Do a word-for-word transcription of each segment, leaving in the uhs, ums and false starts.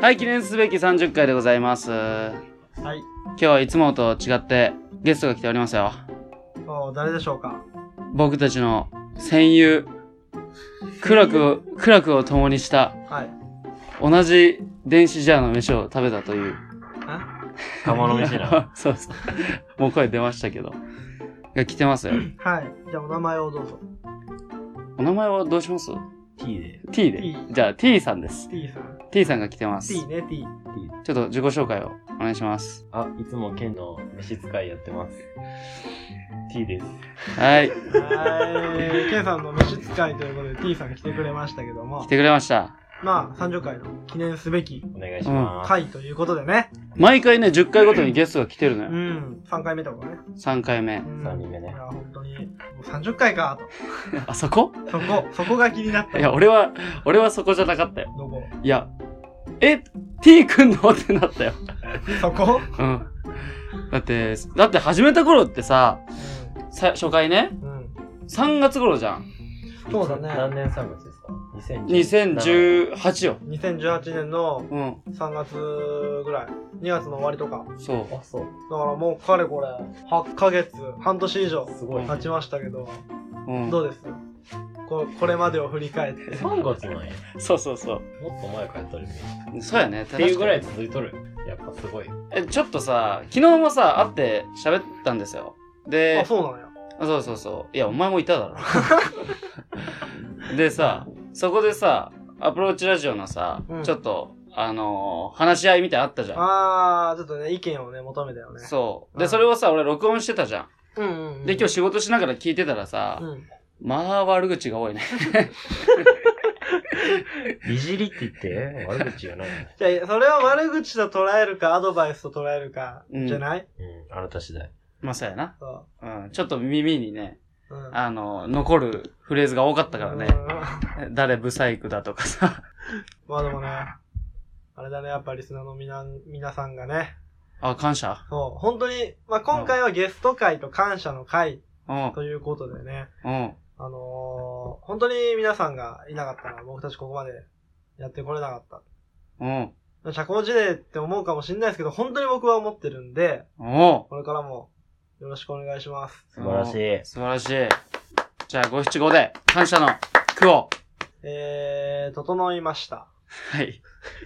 はい、記念すべきさんじゅっかいでございます。はい。今日はいつもと違ってゲストが来ておりますよ。 お、誰でしょうか。 僕たちの戦友、苦楽を苦楽を共にした、はい、同じ電子ジャーの飯を食べたという。 釜の飯な。 そうそう。もう声出ましたけど。が来てますよ。 はい。じゃあお名前をどうぞ。 お名前はどうします？ T で。 T で。T。じゃあ T さんです。 T さん。 T さんが来てます。 T ね、T。 ちょっと自己紹介をお願いします。 あ、いつも県の飯使いやってます。T です。 はい。 はい。K さんの飯使いということで T さん来てくれましたけども。 来てくれました。 まあ、さんじゅっかいの記念すべき。 お願いします。 回ということでね。 毎回ね、じゅっかいごとにゲストが来てるのよ。 うん。さんかいめとかね。 さんかいめ。 うん、 さんにんめね。 いや、本当に、もうさんじゅっかいかと。あ、そこそこ、そこが気になった。 いや、俺は、俺はそこじゃなかったよ。 どこ？ いや、え、T 君のってなったよ。 そこ？ うん。だって、だって始めた頃ってさ、うん、さ初回ね、うん、さんがつ頃じゃん。 そうだね。 何年さんがつですか？ にせんじゅうはちよ。 にせんじゅうはちねんのさんがつぐらい。にがつの終わりとか。 そう。 あ、そう。 だからもうかれこれ、はっかげつ、半年以上経ちましたけど、うん、どうですここれまでを振り返って。 さんがつなんや。 そうそうそう。 もっと前からやっとるイメージ。 そうやね。 っていうぐらい続いとる。やっぱすごい。 え、ちょっとさ、昨日もさ、会って喋ったんですよ。で、 あ、そうなんや。 そうそうそう。いや、お前もいただろ。でさ、そこでさ、アプローチラジオのさ、うん、ちょっと、あのー、話し合いみたいなのあったじゃん。 あー、ちょっとね、意見をね、求めたよね。 そう。で、それをさ、俺録音してたじゃん。 うんうんうん。 で、今日仕事しながら聞いてたらさ、うん、まあ、悪口が多いね。 いじりって言って悪口じゃない。 じゃあ、それは悪口と捉えるか、アドバイスと捉えるか、じゃない？ うん、うん、あなた次第。 まあ、そうやな。そう。うん。ちょっと耳にね、うん、あの、残るフレーズが多かったからね。誰ブサイクだとかさ。 まあでもね、あれだね、やっぱりリスナーのみな、皆さんがね。 あ、感謝？ そう。本当に、まあ今回はゲスト会と感謝の会ということでね。うん。あのー、本当に皆さんがいなかったら僕たちここまでやってこれなかった。うん。社交辞令って思うかもしれないですけど、本当に僕は思ってるんで、これからもよろしくお願いします。 素晴らしい。 素晴らしい。じゃあ、五七五で、感謝の句を。 えー、整いました。 はい。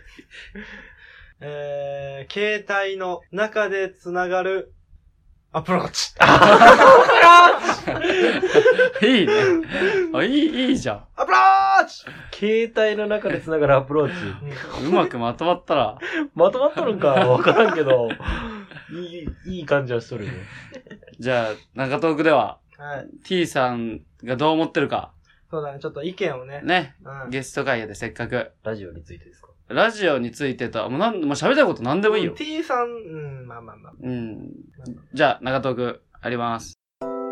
えー、携帯の中でつながるアプローチ。 アプローチいいね。あ、いい、いいじゃん。 アプローチ携帯の中でつながるアプローチ。 うまくまとまったら。 まとまっとるんかわからんけど、いい、いい感じはしとるね。 じゃあ、中トークでは、 はい、 T さんがどう思ってるか。 そうだね、ちょっと意見をね。 ね。うん、ゲスト会でせっかく。 ラジオについてですか？ ラジオについてと、もうなん、もう喋りたいこと何でもいいよ。 T さん、うん、まあまあまあ。 うん。じゃあ、中トーク、あります。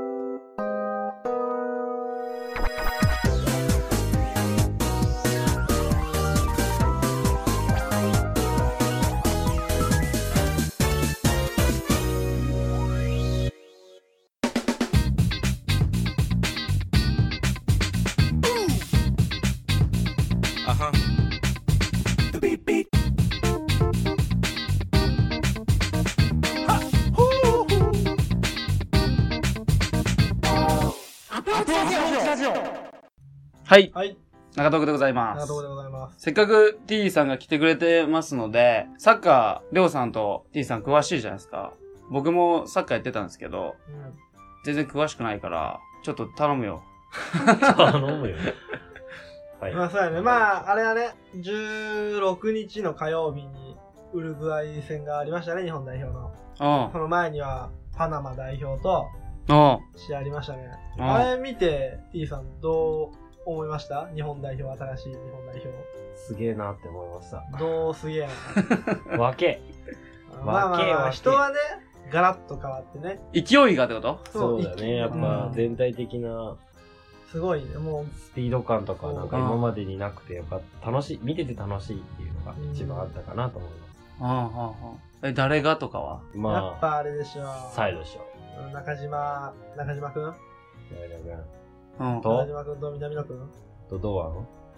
はい。はい。中トークでございます。 中トークでございます。 せっかく T さんが来てくれてますので、サッカー、りょうさんと T さん詳しいじゃないですか。僕もサッカーやってたんですけど、うん、全然詳しくないから、ちょっと頼むよ。 頼むよ。 はい。まあそうやね。まあ、あれはね、じゅうろくにちの火曜日にウルグアイ戦がありましたね、日本代表の。うん。その前にはパナマ代表と、試合ありましたね。あれ見て、T さんどう思いました？日本代表、新しい日本代表。 すげえなって思いました。 どうすげえな。わけ。 まあまあ、まあ、人はね、ガラッと変わってね。 勢いがってこと？ そうだね。やっぱ全体的な、 すごいね、もう。 スピード感とかなんか今までになくて、やっぱ楽しい、見てて楽しいっていうのが一番あったかなと思います。 ああ、はあ、え、誰がとかは？ まあ、やっぱあれでしょ。 サイドでしょ。 中島、中島くん？中島くん。 うん。中島くんと南野くん？ と堂安？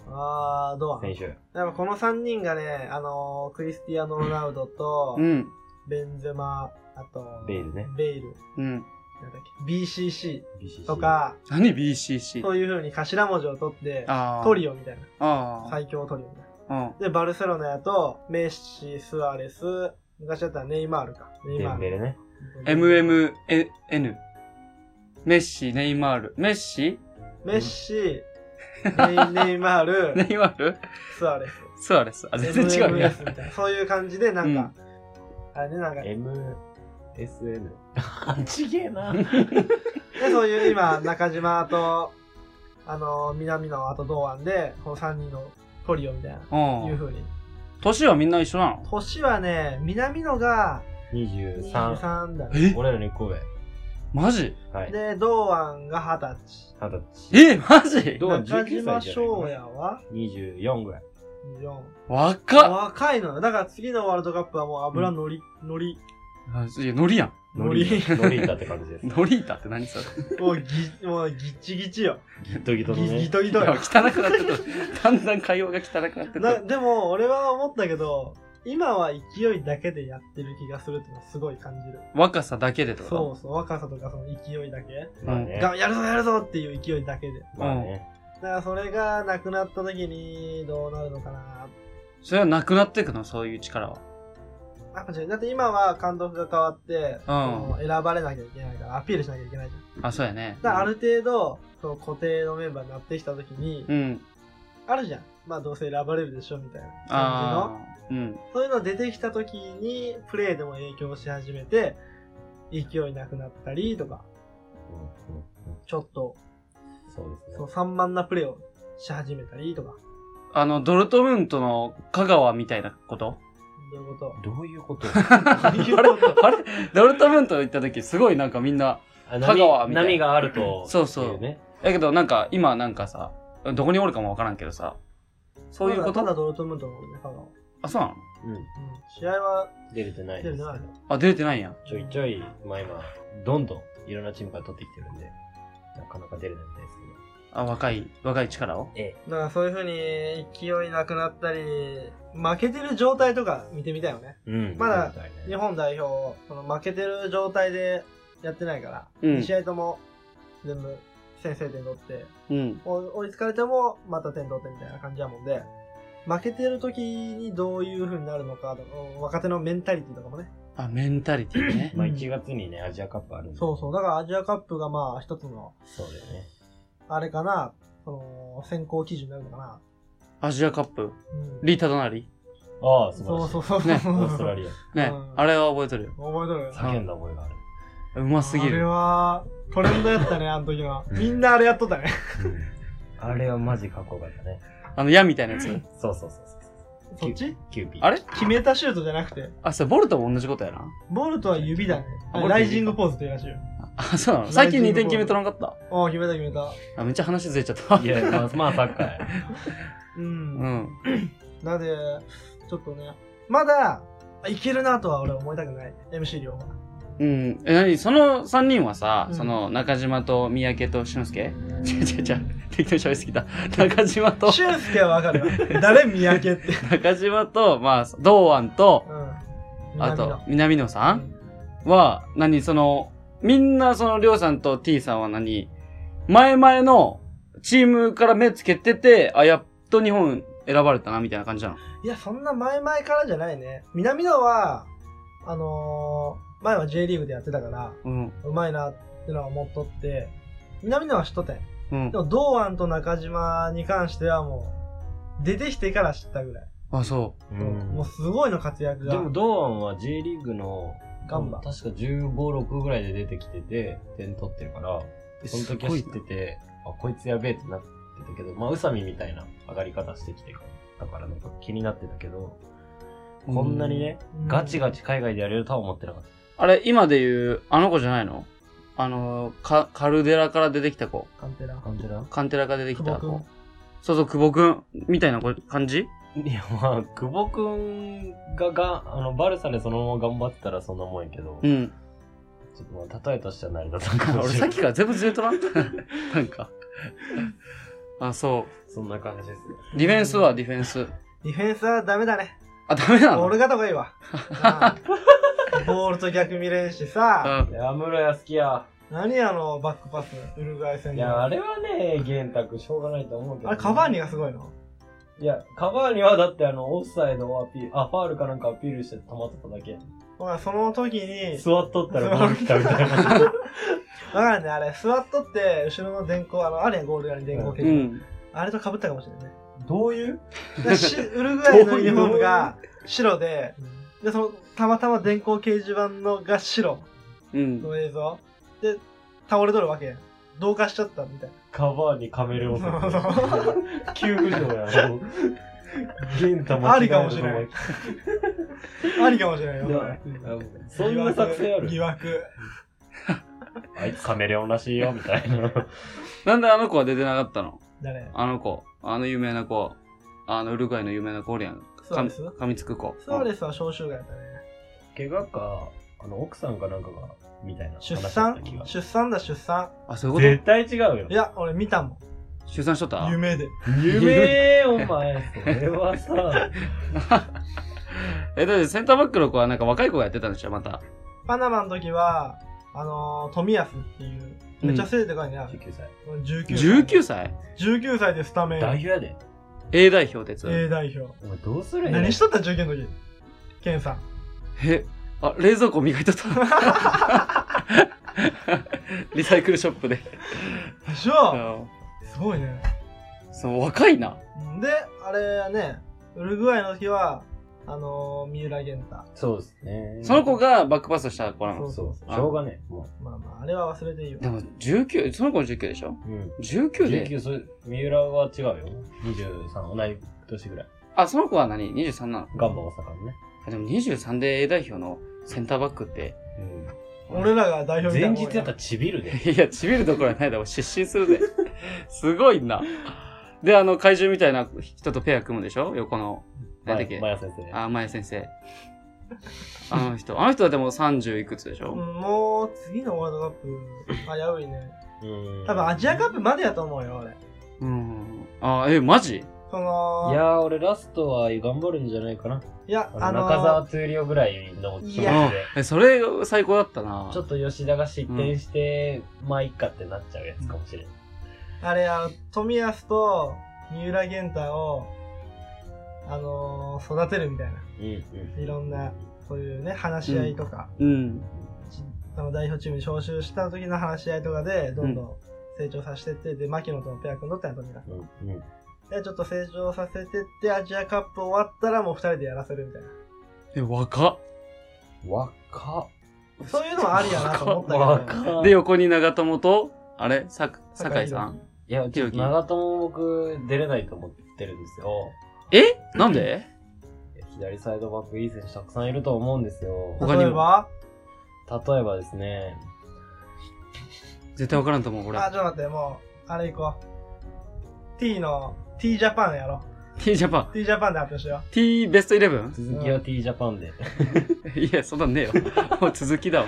あー、堂安。 選手。 やっぱこのさんにんがね、あのー、クリスティアーノ・ロナウドと、 うん。 ベンゼマ、あと、 ベイルね。 ベイル。 うん。 なんだっけ ビーシーシービーシーシーとか、 何 ビーシーシー？ そういう風に頭文字を取って、トリオみたいな。 あ最強トリオみたいあ。 な。で、バルセロナやと、メッシ、スアレス、昔だったらネイマールか。ネイマール。 デンベルね。 エムエムエヌ。メッシ、ネイマール。メッシメッシ、ネイネイマール、 ネイマールスアレス。 スアレス。あ、全然違うやエムエムエス みたいな。そういう感じで、なんか、あれね、なんか、 エムエスエヌ。ちげえな。 で、そういう今、中島と、あの、南野、あと堂安で、このさんにんのトリオみたいな、いう風に。 年はみんな一緒なの？ 年はね、南野がにじゅうさん。 にじゅうさんだね。 え俺らのいっこ上。 マジ？ はい。 で、堂安がはたち。 はたち。 え、マジ？ 堂安中じゅうきゅう島歳じゃない翔也はにじゅうよんぐらい。 にじゅうよん。 若っ。 若いのよ。だから次のワールドカップはもう油乗り、乗り。 あ、いや、ノリやん。 ノリノリータって感じです。 ノリータって何それ？ もうぎ、もうぎっちぎちよ。 ギットギトのぎ、ぎね。 とぎとよ。 汚くなってた。だんだん会話が汚くなってな、 た。 でも、俺は思ったけど、今は勢いだけでやってる気がするっていうのはすごい感じる。 若さだけでとか。 そうそう、若さとかその勢いだけ。 まあね。 がやるぞやるぞっていう勢いだけで。 まあね。 だからそれがなくなった時にどうなるのかな。 それはなくなっていくの？そういう力は。 やっぱ違う。だって今は監督が変わって、 うん、 その選ばれなきゃいけないからアピールしなきゃいけないじゃん。 あ、そうやね。 だからある程度、その固定のメンバーになってきた時に、 うん。 あるじゃん。まあどうせ選ばれるでしょみたいな感じの。 あうん。 そういうの出てきた時に、プレーでも影響し始めて、勢いなくなったりとか、 うんうんうん、 ちょっと、 そうですね。 そう散漫なプレーをし始めたりとか。 あの、ドルトムントの香川みたいなことどういうことどういうことどういうことあれドルトムント行った時すごいなんかみんな、香川みたいな。 波があると。 そうそう。だけどなんか今なんかさ、どこにおるかもわからんけどさ、そういうことただドルトムントのね、香川。 あ、そうなの？ うん。 試合は出れてないです。 出れてない。 あ、出れてないんや。 ちょいちょい、まあ今、どんどんいろんなチームから取ってきてるんで、なかなか出れないみたいですけど。 あ、若い、若い力をええ。 だからそういう風に勢いなくなったり、負けてる状態とか見てみたいよね。 うん。 まだみたいね日本代表、その負けてる状態でやってないから、 うんに試合とも全部先制点取って、 うん。 追追いつかれてもまた点取ってみたいな感じやもんで、負けてる時にどういう風になるのかとか、若手のメンタリティとかもね。 あ、メンタリティね。 まあいちがつにね、アジアカップあるんで。 そうそう。だからアジアカップがまあ一つの、 そうだよね。 あれかな、その、選考基準になるのかな。 アジアカップ。 うん。 リータ隣ああ、素晴らしい。 そうそうそう。 ねオーストラリア。 ね、 うんあれは覚えとるよ。 覚えとる。 叫んだ覚えがある。 うますぎあれる。 は、トレンドやったね、あの時は。みんなあれやっとったね。 あれはマジかっこよかったね。 あの矢みたいなやつ。 そうそうそうそう。 そっちキューピー。 あれ決めたシュートじゃなくて、 あ、それボルトも同じことやな。 ボルトは指だね。あれボルトライジングポーズって言うらしいよ。 あ、そうなの？最近にてん決めとらんかった。 ああ、決めた決めた。 あ、めっちゃ話ずれちゃった。 いや、まあ、まあ、サッカーや。 う。 うんん。 なんで、ちょっとね、まだ、いけるなとは俺思いたくない。エムシー 量は。 うん。え、なにそのさんにんはさ、 うんその中島と三宅と俊介違う違う違う。適当に喋りすぎた。中島と、 俊介はわかるわ。誰三宅って。 中島と、まあ、堂安と、 うん。 あと南、 南野さ野んは、何その、みんなその、りょうさんと T さんは何前々のチームから目つけてて、あ、やっと日本選ばれたな、みたいな感じなの。 いや、そんな前々からじゃないね。南野は、あのー、前は J リーグでやってたから、 うん。 うまいなってのは思っとって、南野は知っとったんや。 うんで。も、堂安と中島に関してはもう、出てきてから知ったぐらい。 あ、そもうすごいの活躍が。 でも、堂安は J リーグの、 ガンバ確かじゅうご、ろくぐらいで出てきてて、点取ってるから、 う。 その時は知ってて、あ、こいつやべえってなってたけど、まあ、宇佐美みたいな上がり方してきてだからなんか気になってたけど、 うんこんなにね、 うんガチガチ海外でやれるとは思ってなかった。 あれ、今で言う、あの子じゃないのあの、か、カルデラから出てきた子。 カンテラ。 感じだカンテラから出てきた子久保君。 そうそう、久保くん、みたいな子感じいや、まあ、久保くんがが、あの、バルサでそのまま頑張ってたらそんなもんやけど、 うん。 ちょっとまあ、例えとしては成り立たんかも俺しれない。 さっきから全部ずれとらんなんか。あ、そう。 そんな感じです。 ディフェンスはディフェンス。 ディフェンスはダメだね。 あ、ダメなの？ 俺がとかいいわ。ボールと逆見れんしさ。 いや、室谷好きや。 何あのバックパス、ウルグアイ戦で。 いや、あれはね、玄卓しょうがないと思うけど、ね。 あれカバーニがすごいの？ いや、カバーニはだってあの、オフサイドをアピール、あ、ファールかなんかアピールして止まってただけ。 まあ、その時に。 座っとったらボール来たみたいな。 わかるね、あれ、座っとって、後ろの電光、あの、あれやゴール側に電光系、うん、あれと被ったかもしれないね。 どういうウルグアイのユニフォームが白で、で、その、たまたま電光掲示板のが白の映像、うん、で、倒れとるわけ。同化しちゃったみたいな。 カバーにカメレオン。急浮上やろ。ゲンタ間違える。 ありかもしれない。ありかもしれないよ。 そんな作戦ある？ 疑惑。 あいつカメレオンらしいよ、みたいな。 なんであの子は出てなかったの？ 誰？ あの子。あの有名な子。あのウルグアイの有名な子おるやん。 そうです。 噛みつく子。 そうですは召集外だったね。 怪我か、あの、奥さんかなんかが、みたいな。 出産出産だ、出産。 あ、そういうこと？ 絶対違うよ。 いや、俺見たもん。 出産しとった？ 夢で。 夢お前、それはさ。 え、だってセンターバックの子はなんか若い子がやってたんでしょ、また。 パナマの時は、あのー、富安っていう、めっちゃ背でかいね。うん、 じゅうきゅうさい。 じゅうきゅうさい。じゅうきゅうさい ? じゅうきゅうさいでスタメン。 代表やで。 A 代表です。 A 代表。 お前どうするんや。 何しとったじゅうきゅうの時。ケンさん。 え、あ、冷蔵庫磨いとった。リサイクルショップで。 でしょ？すごいね。 そう、若いな。 で、あれね、ウルグアイの時は、あのー、三浦玄太。 そうですね。 その子がバックパスした子なの。 そうそう。しょうがね。もう。まあまあ、あれは忘れていいよ。 でも、じゅうきゅう、その子もじゅうきゅうでしょ？うん。じゅうきゅうで？ じゅうきゅう、それ、三浦は違うよ。にじゅうさん、同い年ぐらい。 あ、その子は何？ にじゅうさん なの？ ガンバ大阪のね。 でもにじゅうさんで A 代表のセンターバックって、 うん、俺らが代表みたいな。 前日やったらちびるで。 いや、ちびるどころはないだろ。失神するで。すごいな。で、あの、怪獣みたいな人とペア組むでしょ？横の。何だっけ？ マヤ先生。 あ、マヤ先生。あの人。あの人はでもさんじゅういくつでしょ？ うん、もう、次のワールドカップ、危ういね。うん。多分アジアカップまでやと思うよ、俺。 うん。あ、え、マジ？ そのいやー、俺ラストは頑張るんじゃないかな。 いや、 あのー、中澤トゥーリオぐらいの気持ちで。 え、それ最高だったな。 ちょっと吉田が失点して、うん、まあいっかってなっちゃうやつかもしれん。 あれ、あの、富安と三浦玄太を、あのー、育てるみたいな。うんうん、いろんな、そういうね、話し合いとか。うん。うん、あの代表チームに招集した時の話し合いとかで、どんどん成長させてって、で、牧野とのペア組んどったんや、富安。うんうんで、ちょっと成長させてって、アジアカップ終わったらもう二人でやらせるみたいな。 え、若っ。 若っ。 そういうのはありやなと思ったけど、ね。 若っ。で、横に長友と、あれさ、酒井さんいや、ちょっと長友僕出れないと思ってるんですよ。 えなんで左サイドバックいい選手たくさんいると思うんですよ。 他に例えば例えばですね。 絶対わからんと思う、これ。 あ、ちょっと待って、もう、あれ行こう。T の、T ジャパンやろ。 T ジャパン。 T ジャパンで発表しよう。T ベストイレブン？ 続きは T ジャパンで。 いや、そんなんねえよ。もう続きだわ。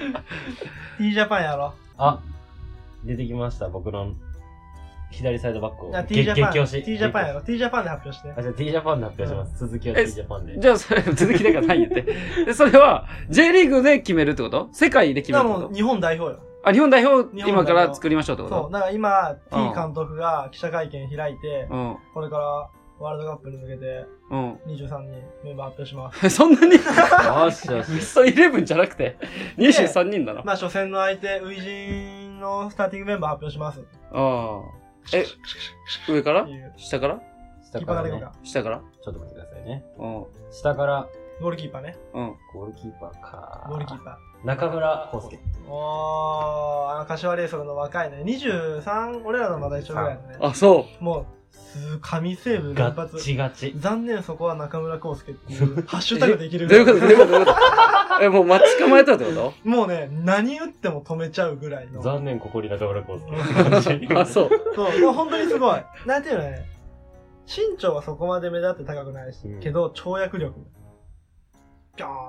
T ジャパンやろ。 あ、出てきました、僕の左サイドバックを。 いや、T ジャパン。T ジャパンやろ。T ジャパンで発表して。 あ、じゃあ T ジャパンで発表します。うん、続きは T ジャパンで。 じゃあ、それ、続きだからない言って。で、それは、J リーグで決めるってこと？世界で決めるってこと？ もう日本代表よ。 あ、日本代表、今から作りましょうってこと？ そう。だから今、T 監督が記者会見開いて、うん、これからワールドカップに向けて、にじゅうさんにんメンバー発表します。 そんなに？よしよし。 ベストイレブンじゃなくて、にじゅうさんにんだな。 まあ、初戦の相手、初陣のスターティングメンバー発表します。 ああ。え、上から下から下から、ね、 下からちょっと待ってくださいね。 うん。 下から。 ゴールキーパーね。 うん。 ゴールキーパーか。 ゴールキーパー。中村康介。 おー、あの、柏レイソルの若いね。にじゅうさん、俺らのまだ一緒ぐらいだね。 あ、そう。 もう、神セーブ連発。 ガッチガチ。 残念そこは中村康介っていう、ハッシュタグできるぐらい。どういうことどういうことどういうことえ、もう待ち構えたってこともうね、何打っても止めちゃうぐらいの。 残念ここに中村康介。 あ、そう。 そう、もう本当にすごい。なんていうのね、身長はそこまで目立って高くないし、うん、けど、跳躍力。ギャーン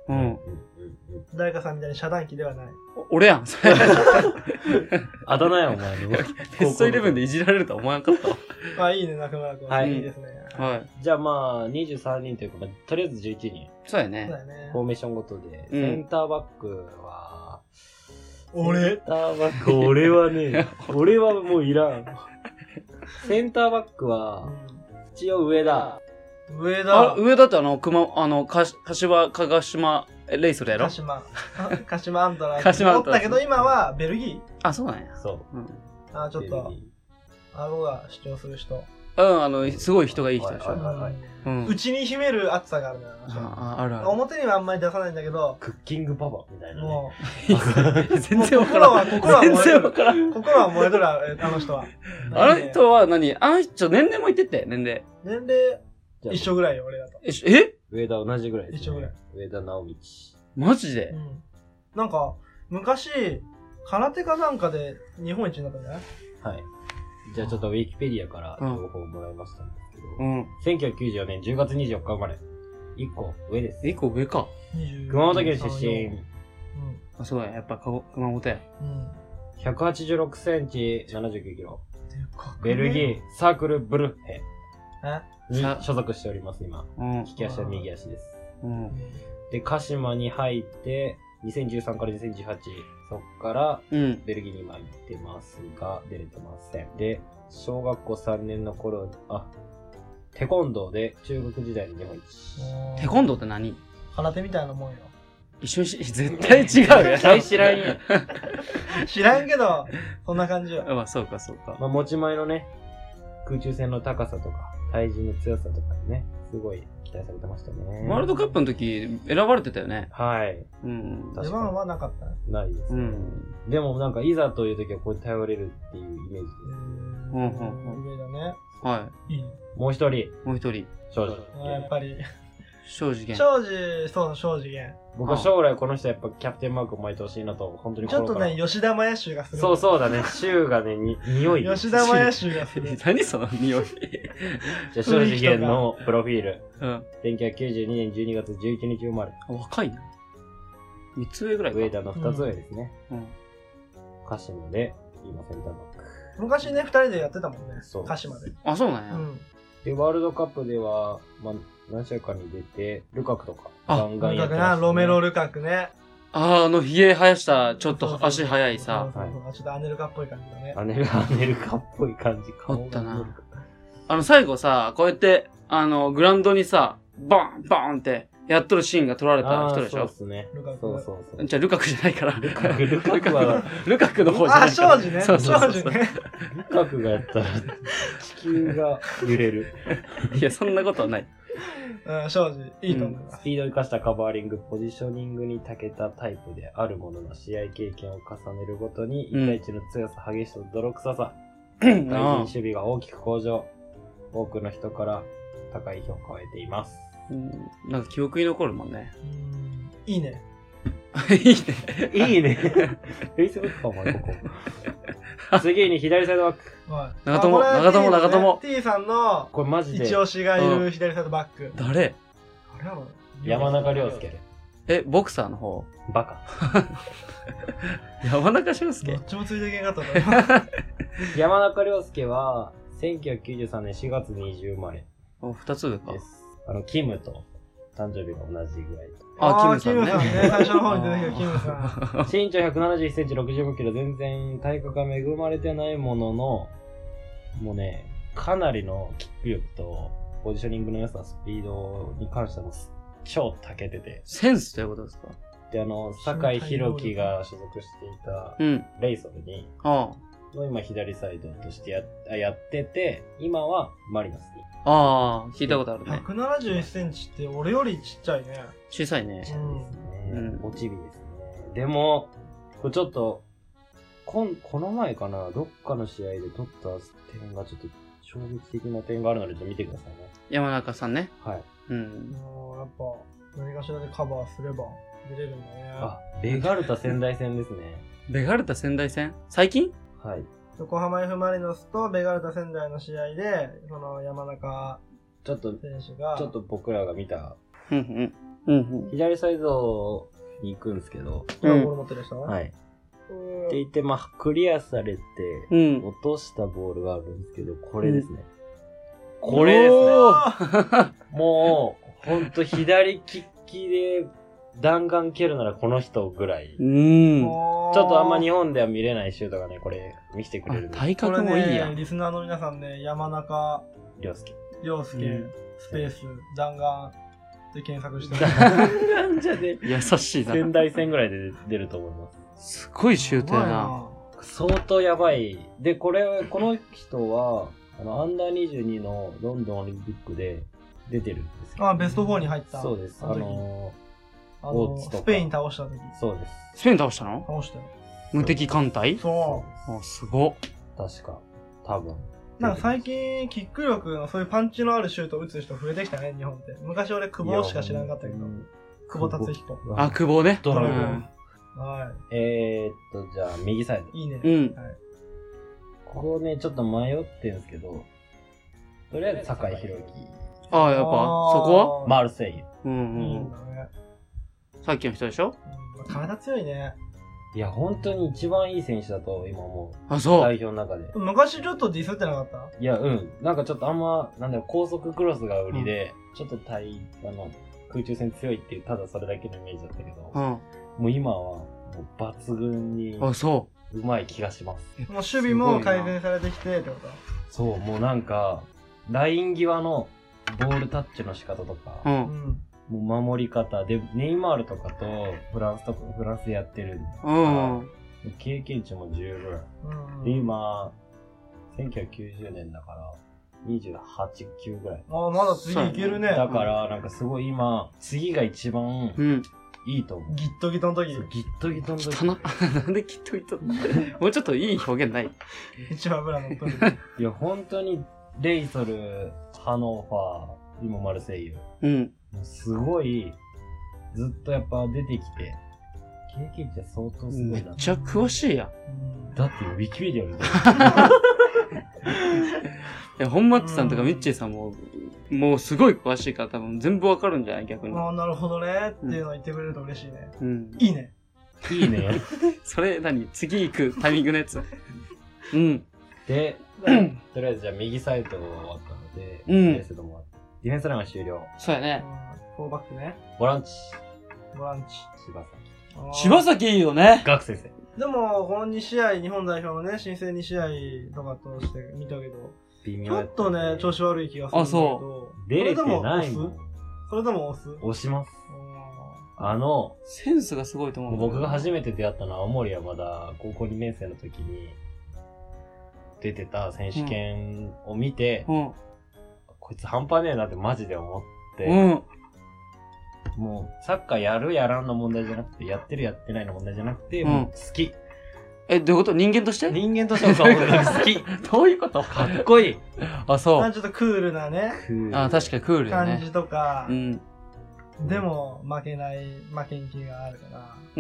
うん。 誰かさんみたいに遮断機ではない。 俺やん、それ。 あだ名や、お前の。 ベストイレブンでいじられるとは思わなかったわ。 あ、いいね、中村君。はい。いいですね。 はい。 じゃあまあ、にじゅうさんにんというか、まあ、とりあえずじゅういちにん。 そうやね。 そうやね。 フォーメーションごとで。 うん、 センターバックは、 俺センターバック、俺はね、俺はもういらん。センターバックは、一応上田。 上田。 あ、上田ってあの、熊、あの、かし、柏、かがしま、レイソルやろ？ 鹿島。鹿島アントラーズ。 鹿島アントラーズ。 おったけど今はベルギー。 あ、そうなんや。 そう。 うん。 あ、ちょっと、顎が主張する人。 うん、あの、すごい人がいい人でしょ。 うん。内に秘める熱さがあるんだよな。あ、あるある。 表にはあんまり出さないんだけど。 クッキングパパみたいな。もう、全然わからん。 心は燃えとる。心は燃えとる、あの人は。 あの人は何あの人、年齢もいってて、年齢。 年齢、一緒ぐらいよ、俺だと。 え上田同じぐらいです。 一緒ぐらい。 上田直道。 マジで、 うん、なんか、昔、空手かなんかで日本一になったんじゃない？ はい。じゃあちょっとウィキペディアから情報をもらいましたんですけど、 うん、 せんきゅうひゃくきゅうじゅうよねんじゅうがつにじゅうよっか生まれ。いっこ上です。 いっこ上か。 熊本県出身。うん、 あ、そうや、やっぱ熊本や。 うん。 ひゃくはちじゅうろくセンチ、ななじゅうきゅうキロ。ベルギー、サークルブルッヘに所属しております、今。うん、利き足は右足です。うん、で、鹿島に入って、にせんじゅうさんからにせんじゅうはち、そっから、ベルギーに今行ってますが、出れてません。で、小学校さんねんの頃、あ、テコンドーで中学時代の日本一。 テコンドーって何？ 空手みたいなもんよ。 一緒にし、絶対違うよ。 絶対知らんや。 知らんけど、そんな感じよ。 まあ、そうか、そうか。 まあ、持ち前のね、空中戦の高さとか、体重の強さとかにね、すごい期待されてましたね。 ワールドカップの時、選ばれてたよね。 はい。 うん。出番はなかったないです、ね。うん。でもなんか、いざという時はこうやって頼れるっていうイメージです。 うん、うん、上だね。 はい。いい。 もう一人。 もう一人。 庄司。 やっぱり。 庄司源。 庄司、そう、庄司源。 僕は将来この人やっぱキャプテンマークを巻いてほしいなと、本当にちょっとね、吉田麻也臭がする。 そうそうだね、臭がね、に、匂い。 吉田麻也臭がする。 何その匂い。 じゃあ、庄司源のプロフィール。うん。せんきゅうひゃくきゅうじゅうにねんじゅうにがつじゅういちにち生まれ。 若いな。三つ上ぐらいか。 上田の二つ上ですね。うん。鹿島で、今センターバック。 昔ね、二人でやってたもんね。そう。鹿島で。 あ、そうなんや。うん。 で、ワールドカップでは、まあ、何試合かに出て、ルカクとか、 ガンガンやってました、ね。ロメロルカクね。 ああ、あの、髭生やした、ちょっと足速いさ。 そうそうそう、はい、ちょっとアネルカっぽい感じだね。 アネル、アネルカっぽい感じか。 あったな。あの、最後さ、こうやって、あの、グラウンドにさ、バンバンってやっとるシーンが撮られた人でしょ。 そうですね。そうそうそう。 じゃあ、ルカクじゃないから。 ルカク、ルカクは、 ルカクの方じゃないから。 あ、庄司ね。 そうそうそう。 ね、ルカクがやったら、地球が揺れる。 いや、そんなことはない。 うん、庄司、いいと思います、 うん。スピードを生かしたカバーリング、ポジショニングに長けたタイプであるものの、試合経験を重ねるごとに、いち対いちの強さ、激しさ、泥臭さ、対人守備が大きく向上。多くの人から高い評価を得ています。 うん、なんか記憶に残るもんね。 うん、いいね。 いいね。 いいね。Facebook か、お前、ここ。次に左サイドバック。 長友、長友、長友。 T さんの、 これマジで。 一押しがいる左サイドバック。 誰？ あれやろ？ 山中亮介。 え、ボクサーの方？ バカ。 山中亮介？ どっちもついていけんかったな。 山中亮介は、せんきゅうひゃくきゅうじゅうさんねんしがつにじゅう生まれ。 お、二つ上か。 です。あの、キムと誕生日が同じぐらいと。 あ、キムさんね。 キムさんね。最初の方に出てきたキムさん。身長ひゃくななじゅういちセンチ、ろくじゅうごキロ、全然体格が恵まれてないものの、もうね、かなりのキック力と、ポジショニングの良さ、スピードに関しても超長けてて。 センスということですか？ で、あの、酒井宏樹が所属していた、レイソルに、うん、ああ今左サイドとして や, やってて、今はマリノスに。 ああ、聞いたことあるね。 ひゃくななじゅういちセンチって俺よりちっちゃいね。 小さいね。 小さいですね。うん。おちびですね。でも、これちょっと、こん、この前かな、どっかの試合で取った点がちょっと衝撃的な点があるので、ちょっと見てくださいね。 山中さんね。 はい。 うん。 やっぱ、何かしらでカバーすれば出れるんだね。 あ、ベガルタ仙台戦ですね。 ベガルタ仙台戦？最近？ はい。 横浜 F マリノスとベガルタ仙台の試合で、その山中選手が、 ちょっと、ちょっと僕らが見たうんうん、左サイドに行くんですけど、 今ボール持ってる人、 はい。って言って、まあ、クリアされて、うん、落としたボールがあるんですけど、これですね。うん、これですね。もう、ほんと左利きで弾丸蹴るならこの人ぐらい。うん。ちょっとあんま日本では見れないシュートがね、これ見せてくれるんで。 体格もいいやん。 ね、リスナーの皆さんね、山中亮介。 亮介、うん、スペース、弾丸で検索して弾丸じゃね。 優しいな。 仙台戦ぐらいで出ると思います。 すごいシュートやな。 相当やばい。で、これ、この人は、あの、アンダーにじゅうにのロンドンオリンピックで出てるんですよ。 あ、ベストよんに入った。 そうです。あのー、あのスペイン倒した時。 そうです。 スペイン倒したの？ 倒したよ。 無敵艦隊？ そう。 あ、すごっ。 確か。多分。 なんか最近、キック力のそういうパンチのあるシュートを打つ人増えてきたね、日本って。昔俺、久保しか知らなかったけど。久保達彦。 あ、久保ね。 ドラゴン。 はい。 えーっと、じゃあ、右サイド。 いいね。 うん。はい、 ここね、ちょっと迷ってんすけど、とりあえず、酒井宏樹。 ああ、やっぱ、そこはマルセイユ。 うんうん。いいんだね。さっきの人でしょ？ うん、体強いね。 いや、本当に一番いい選手だと、今思う。 あ、そう。 代表の中で。 昔ちょっとディスってなかった？ いや、うん。なんかちょっとあんま、なんだろう、高速クロスが売りで、うん、ちょっと対、あの、空中戦強いっていう、ただそれだけのイメージだったけど、うん、もう今は、もう抜群に、 あ、そう。 うまい気がします。 もう守備も改善されてきてってこと？ そう、もうなんか、ライン際のボールタッチの仕方とか、うん、もう守り方で、ネイマールとかとフランスとか、フランスでやってるんですから、うん、経験値も十分。うん、で、今、せんきゅうひゃくきゅうじゅうねんだから、にじゅうはちきゅうぐらい。 ああ、まだ次いけるね。 だから、なんかすごい今、次が一番いいと思う。 ギットギトの時。 ギットギトの時。 汚な。なんでギットギトもうちょっといい表現ない？ 一番油乗っとる。 いや、本当に、レイソル、ハノーファー、今マルセイユ。 うん。 すごい、ずっとやっぱ出てきて、経験値は相当すごいな。 めっちゃ詳しいやん。だってウィキペディアみたいいや、本松さんとかミッチーさんも、もうすごい詳しいから多分全部わかるんじゃない逆に。 ああ、なるほどね。っていうのを言ってくれると嬉しいね。 うん。 いいね。 いいね。 それ何次行くタイミングのやつうん。 で、とりあえずじゃあ右サイド終わったので、 うん、 ディフェンスでもディフェンスラインは終了。 そうやね。 フォーバックね。 ボランチ。 ボランチ。 柴崎。 柴崎いいよね。 学先生。 でも、このに試合、日本代表のね、新生に試合とかとして見たけど、微妙ちょっとね、調子悪い気がするんだけど。あ、そう。 出れてないもん。 それでも押す？ 押します。あの、 センスがすごいと思う。 僕が初めて出会ったのは青森はまだ高校にねん生の時に出てた選手権を見て、うんうん、こいつ半端ねえなってマジで思って、うん、もうサッカーやるやらんの問題じゃなくて、やってるやってないの問題じゃなくて、もう好き。 え、どういうこと？人間として？ 人間としてもそう好き。 どういうこと？ かっこいい。 あ、そう。 ちょっとクールなね。 クール。あ、確かにクールだね。 感じとか。うん。でも、負けない、負けん気があるから。うん。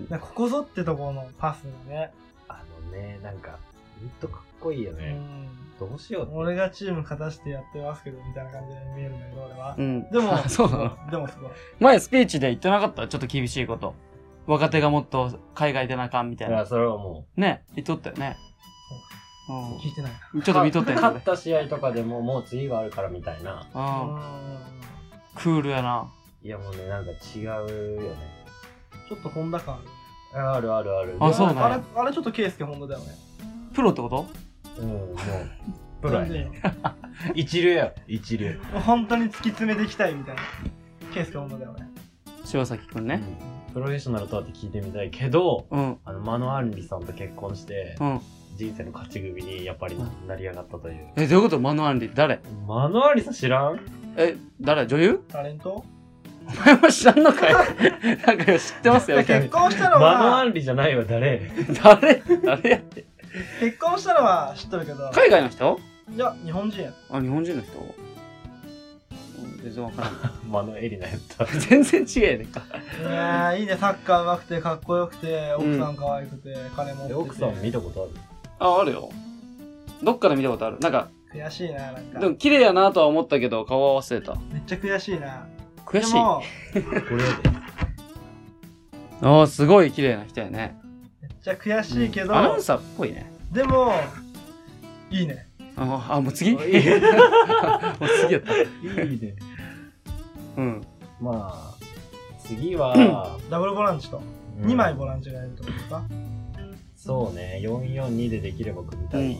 ここぞってところのパスがね。 あのね、なんか、ほんとかっこいいよね。うん。どうしようって。 俺がチーム勝たしてやってますけど、みたいな感じで見えるんだけど、俺は。 うん。 でも、 そうなの？ でもすごい。 前スピーチで言ってなかった？ちょっと厳しいこと。若手がもっと海外出なあかんみたいな。 いや、それはもう。ね、言っとったよね。 うん。聞いてないな。ちょっと見とったよね。 勝った試合とかでももう次があるからみたいな。 うん。クールやな。 いやもうね、なんか違うよね。 ちょっとホンダ感ある。あるあるある。 あ、そうね。 あれ、あれちょっとケイスケホンダだよね。 プロってこと？ うん、もう、プロやね。一流や、一流。 本当に突き詰めていきたいみたいな。ケイスケホンダだよね。 柴崎くんね。 うん、プロフェッショナルとはって聞いてみたいけど、うん、あの、マノアンリさんと結婚して、うん、人生の勝ち組にやっぱりなり上がったという。 うん、え、どういうこと？マノアンリ誰？ マノアンリさん知らん？ え、誰？女優？ タレント？ お前も知らんのかい？なんか知ってますよ。 結婚したのは。 マノアンリじゃないわ、誰？ 誰？誰やって。 結婚したのは知ってるけど。 海外の人？ いや、日本人や。 あ、日本人の人？全然わからん。 マノエリナやった。 全然違えねんか。 いやー、いいね。サッカー上手くて、かっこよくて、奥さん可愛くて、うん、金持ってて。 奥さん見たことある？ あ、あるよ。どっかで見たことある。なんか。 悔しいな、なんか。 でも綺麗やなとは思ったけど、顔は忘れた。 めっちゃ悔しいな。 悔しい。 でも、 これで。 ああ、すごい綺麗な人やね。 めっちゃ悔しいけど、 うん、アナウンサーっぽいね。 でも、いいね。 ああ、もう次もう次やった。 いいね。 うん。 まあ、次は、 ダブルボランチと、にまいボランチがいるってことですか？ そうね、よんよんにでできれば組みたいので、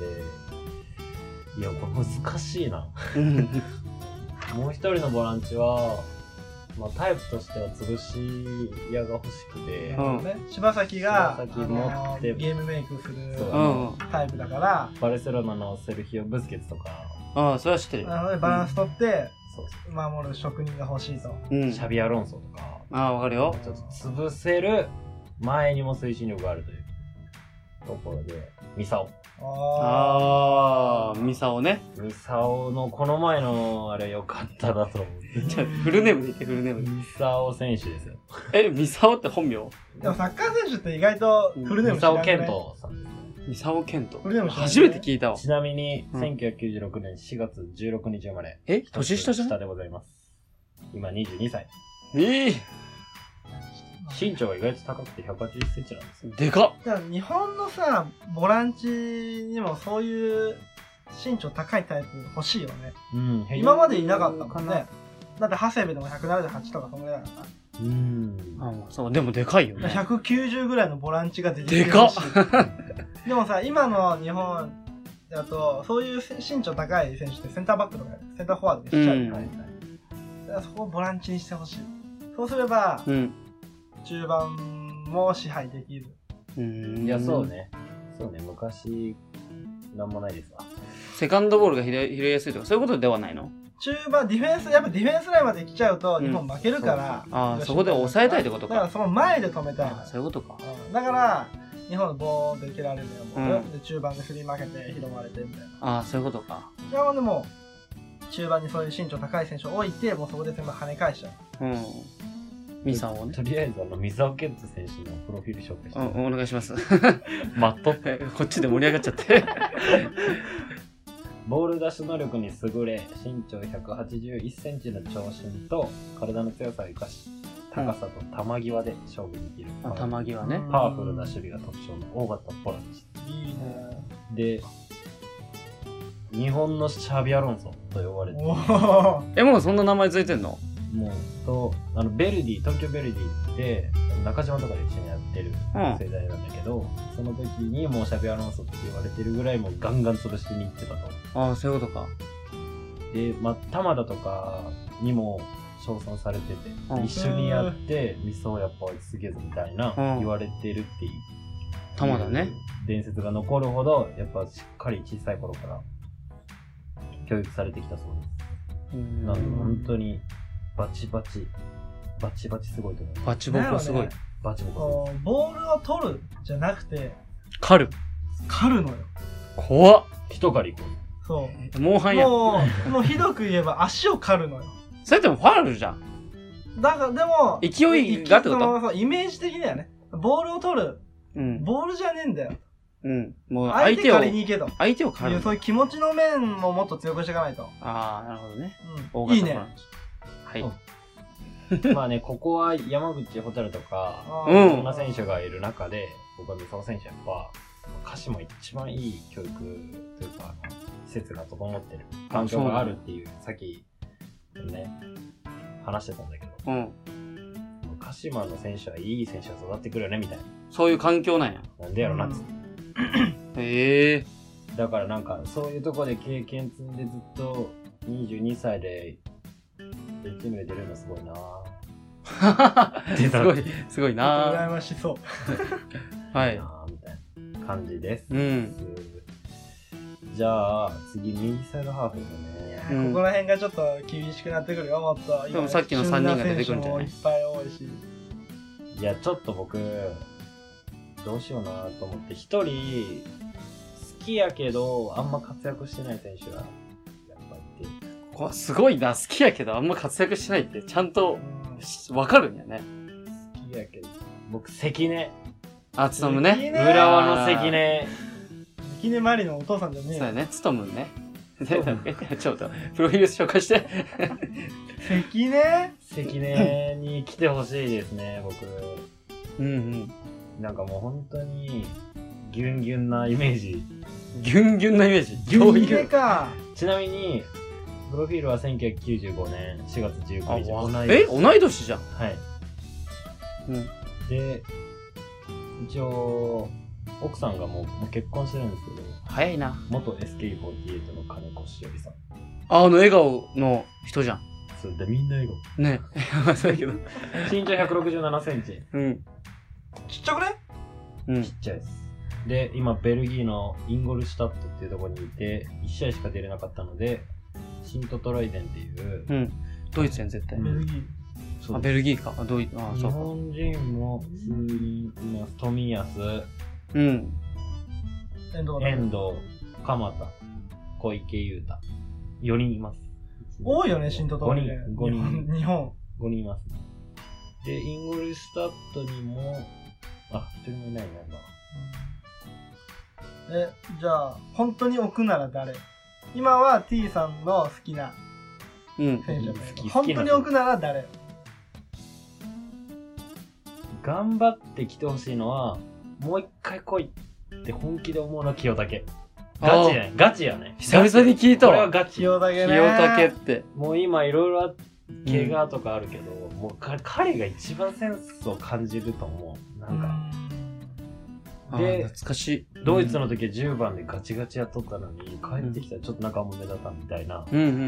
いや、これ難しいな。もう一人のボランチは、まあ、タイプとしては潰し屋が欲しくて、 うんね、柴崎が柴崎持ってゲームメイクするうんタイプだから、 バルセロナのセルヒオ・ブスケツとか、 ああ、それは知ってるよ。 なのでバランス取ってそうそう守る職人が欲しいと。 うん。 シャビアロンソとか、 ああ、わかるよ。 ちょっと潰せる前にも推進力があるというところで、ミサオ。 ああ、ミサオね。 ミサオのこの前のあれ良かっただと思う。 じゃあフルネームで言って、フルネームで。 ミサオ選手ですよ。 え、ミサオって本名？ でもサッカー選手って意外とフルネームミサオ知らない、ね。 ケントさんですね。 ミサオケント。 フルネーム知らないね初めて聞いたわ。 ちなみに、 うんせんきゅうひゃくきゅうじゅうろくねんしがつじゅうろくにち生まれ。 え、年下じゃん？ 下でございます。今にじゅうにさい。 ええ身長が意外と高くてひゃくはちじゅっセンチなんですよ。 でかっ。 だから日本のさ、ボランチにもそういう身長高いタイプ欲しいよね。 うん。 今までいなかったもんね。だって長谷部でもひゃくななじゅうはちとかそんぐらいだからうん。 あ、そう、でもでかいよら。 ね。 ひゃくきゅうじゅうぐらいのボランチが出てきてでかっほしい。でもさ、今の日本だと、そういう身長高い選手ってセンターバックとかセンターフォワードでしちゃうよね。だからそこをボランチにしてほしい。そうすれば、 うん。 中盤も支配できる。 うん。 いや、そう。ね。そうね。昔、なんもないですわ。 セカンドボールが拾い拾いやすいとか、そういうことではないの？ 中盤、ディフェンス、やっぱディフェンスラインまで来ちゃうと日本負けるから。 うん、ああ、そこで抑えたいってことか。 だからその前で止めたいの。 そういうことか。 うん、だから、日本のボーンと蹴られるのよ、 うん、 で中盤で振り負けて拾われてみたいな。 ああ、そういうことか。 いや、でも、中盤にそういう身長高い選手を置いて、もうそこで全部跳ね返しちゃう。 うん。ミサオね。 とりあえず、あの、ミサオケント選手のプロフィール紹介して。 うん、お願いします。 待っとって。 こっちで盛り上がっちゃって。 ボール出し能力に優れ、身長ひゃくはちじゅういちセンチの長身と体の強さを生かし、高さと球際で勝負できる。 あ、球際ね。 パワフルな守備が特徴の大型ボランチ。 いいね。 で、日本のシャビアロンソと呼ばれている。 え、もうそんな名前ついてんの？ もう、と、あの、ベルディ、東京ベルディって、中島とかで一緒にやってる世代なんだけど、うん、その時にもうシャビアロンソって言われてるぐらいもうガンガン潰しに行ってたと。 ああ、そういうことか。 で、まあ、玉田とかにも称賛されてて、うん、一緒にやって、ミソやっぱすげえぞみたいな、言われてるっていう。 玉田ね。 伝説が残るほど、やっぱしっかり小さい頃から教育されてきたそうです。なんで本当に、バチバチ、バチバチすごいと思う。 バチボコすごい。 ね、バチボコ。 ボールを取るじゃなくて、 狩る。 狩るのよ。 怖っ。 一狩り行こう。そう。 モンハンや。 もう、もうひどく言えば足を狩るのよ。 それでもファールじゃん。 だから、でも、 勢いがってこと？ そう、イメージ的にはね、ボールを取る。うん。ボールじゃねえんだよ。 うん。もう相手を。相手借りに行けと。 相手を狩る。 そういう気持ちの面ももっと強くしていかないと。 ああ、なるほどね。 うん。いいね。 はい。 まあね、ここは山口ホテルとか、いろんな選手がいる中で、僕は三沢選手やっぱ、鹿島一番いい教育というか、施設が整ってる、環境があるっていう、さっき、ね、話してたんだけど、うん。鹿島の選手はいい選手が育ってくるよね、みたいな。 そういう環境なんや。 なんでやろなっつって。 へえ。だからなんか、そういうとこで経験積んでずっとにじゅうにさいで、チームで出るのすごいなぁ。 すごい、すごいなぁ。羨ましそう。 はい。 みたいな感じです。 うん。 じゃあ、次、右サイドハーフですね。 うん、ここら辺がちょっと厳しくなってくるよ、もっと。 でもさっきのさんにんが出てくるんじゃない？ いっぱい多いし。 いや、ちょっと僕、どうしようなと思って、一人、好きやけど、あんま活躍してない選手が、やっぱいて。 こすごいな、好きやけどあんま活躍してないってちゃんとわかるんやね。 好きやけど僕関根あ、つとむね。 浦和の関根関根マリのお父さんじゃねえよ。 そうやね、つとむね。 ちょっと、プロフィール紹介して。 関根関根に来てほしいですね、僕。 うんうん。 なんかもう本当に、ギュンギュンなイメージ。 ギュンギュンなイメージギュンギュンか。 ちなみに、プロフィールはせんきゅうひゃくきゅうじゅうごねんしがつじゅうくにち。 え同い年じゃん。 はい。うん。で、一応、奥さんがもうもう結婚してるんですけど。 早いな。 元 エスケーフォーティーエイト の金子しおりさん。 あ、あの笑顔の人じゃん。 そうで、みんな笑顔。 ねえ。そうだけど。 身長ひゃくろくじゅうななセンチ。 うん。 ちっちゃくねうん。ちっちゃいです。で、今、ベルギーのインゴルシュタットっていうところにいて、いち試合しか出れなかったので、シントトライデンっていう。 うん。ドイツやん、絶対。 ベルギー。 そうあ、ベルギーか。あ、ドイツ。あ、そうか。 日本人も数人います。富安。 うん。 遠藤、 遠藤、鎌田、小池優太。よにんいます。 多いよね、シントトライデン。 ごにん。 日本。 ごにんいます。で、インゴルシュタットにも、あ、ひとりもいないな、 今。え、じゃあ、本当に置くなら誰？今は T さんの好きな選手だね。うん、本当に置くなら誰？ 頑張ってきてほしいのは、もう一回来いって本気で思うのは清武。ガチやね。ガチやね。 久々に聞いたわ。 これはガチ。 清武ね。 清武って。 もう今いろいろ怪我とかあるけど、うん、もう彼が一番センスを感じると思う。なんか。 で、懐かしい。 ドイツの時はじゅうばんでガチガチやっとったのに、帰ってきたらちょっと中も目立たんみたいな。 うんうんうんうん。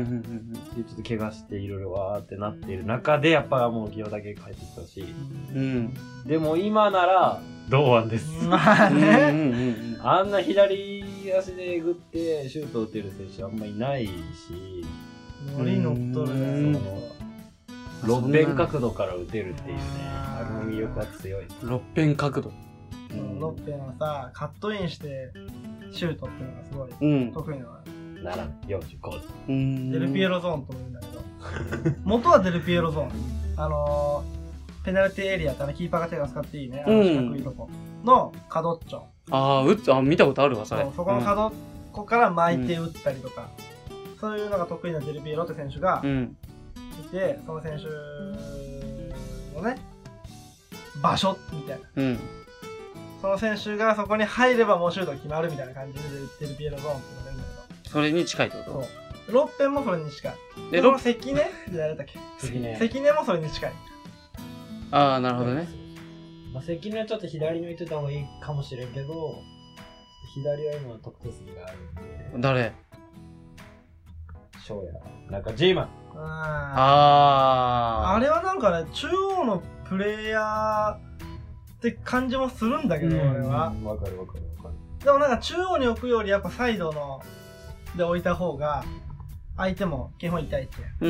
で、ちょっと怪我していろいろわーってなっている中で、やっぱもう清武帰ってきたし。 うん。 でも今なら、堂安です。 まあね。 あんな左足でえぐってシュート打てる選手あんまいないし。 ノリ乗っとるね。 ロッペン角度から打てるっていうね。あれの魅力は強い。 ロッペン角度。 うん、ロッペンはさ、カットインしてシュートっていうのがすごい得意なのよ。 なな、よんじゅうご。 デルピエロゾーンとも言うんだけど。元はデルピエロゾーン。あのー、ペナルティエリアってあのキーパーが手が使っていいね。あの四角いとこの角っちょ。 ああ、打つ、あ、見たことあるわ、それ。 そう、そこの角っこから巻いて打ったりとか、うん、そういうのが得意なデルピエロって選手がいて、うん、その選手のね、場所みたいな。うん、その選手がそこに入ればもうシュートが決まるみたいな感じでデルピエロゾーンって言われるんだけど。 それに近いってこと？ そう。ロッペンもそれに近い。で、その関根誰だっけ？ 関根。 関根もそれに近い。 ああ、なるほどね。 まあ、関根はちょっと左抜いてた方がいいかもしれんけど、左は今得点数があるんで。 誰？ 翔也。なんか G マン。 ああ。あれはなんかね、中央のプレイヤーって感じもするんだけど、俺は。 わかるわかるわかる。 でもなんか中央に置くよりやっぱサイドので置いた方が、相手も基本いち対いち。うん。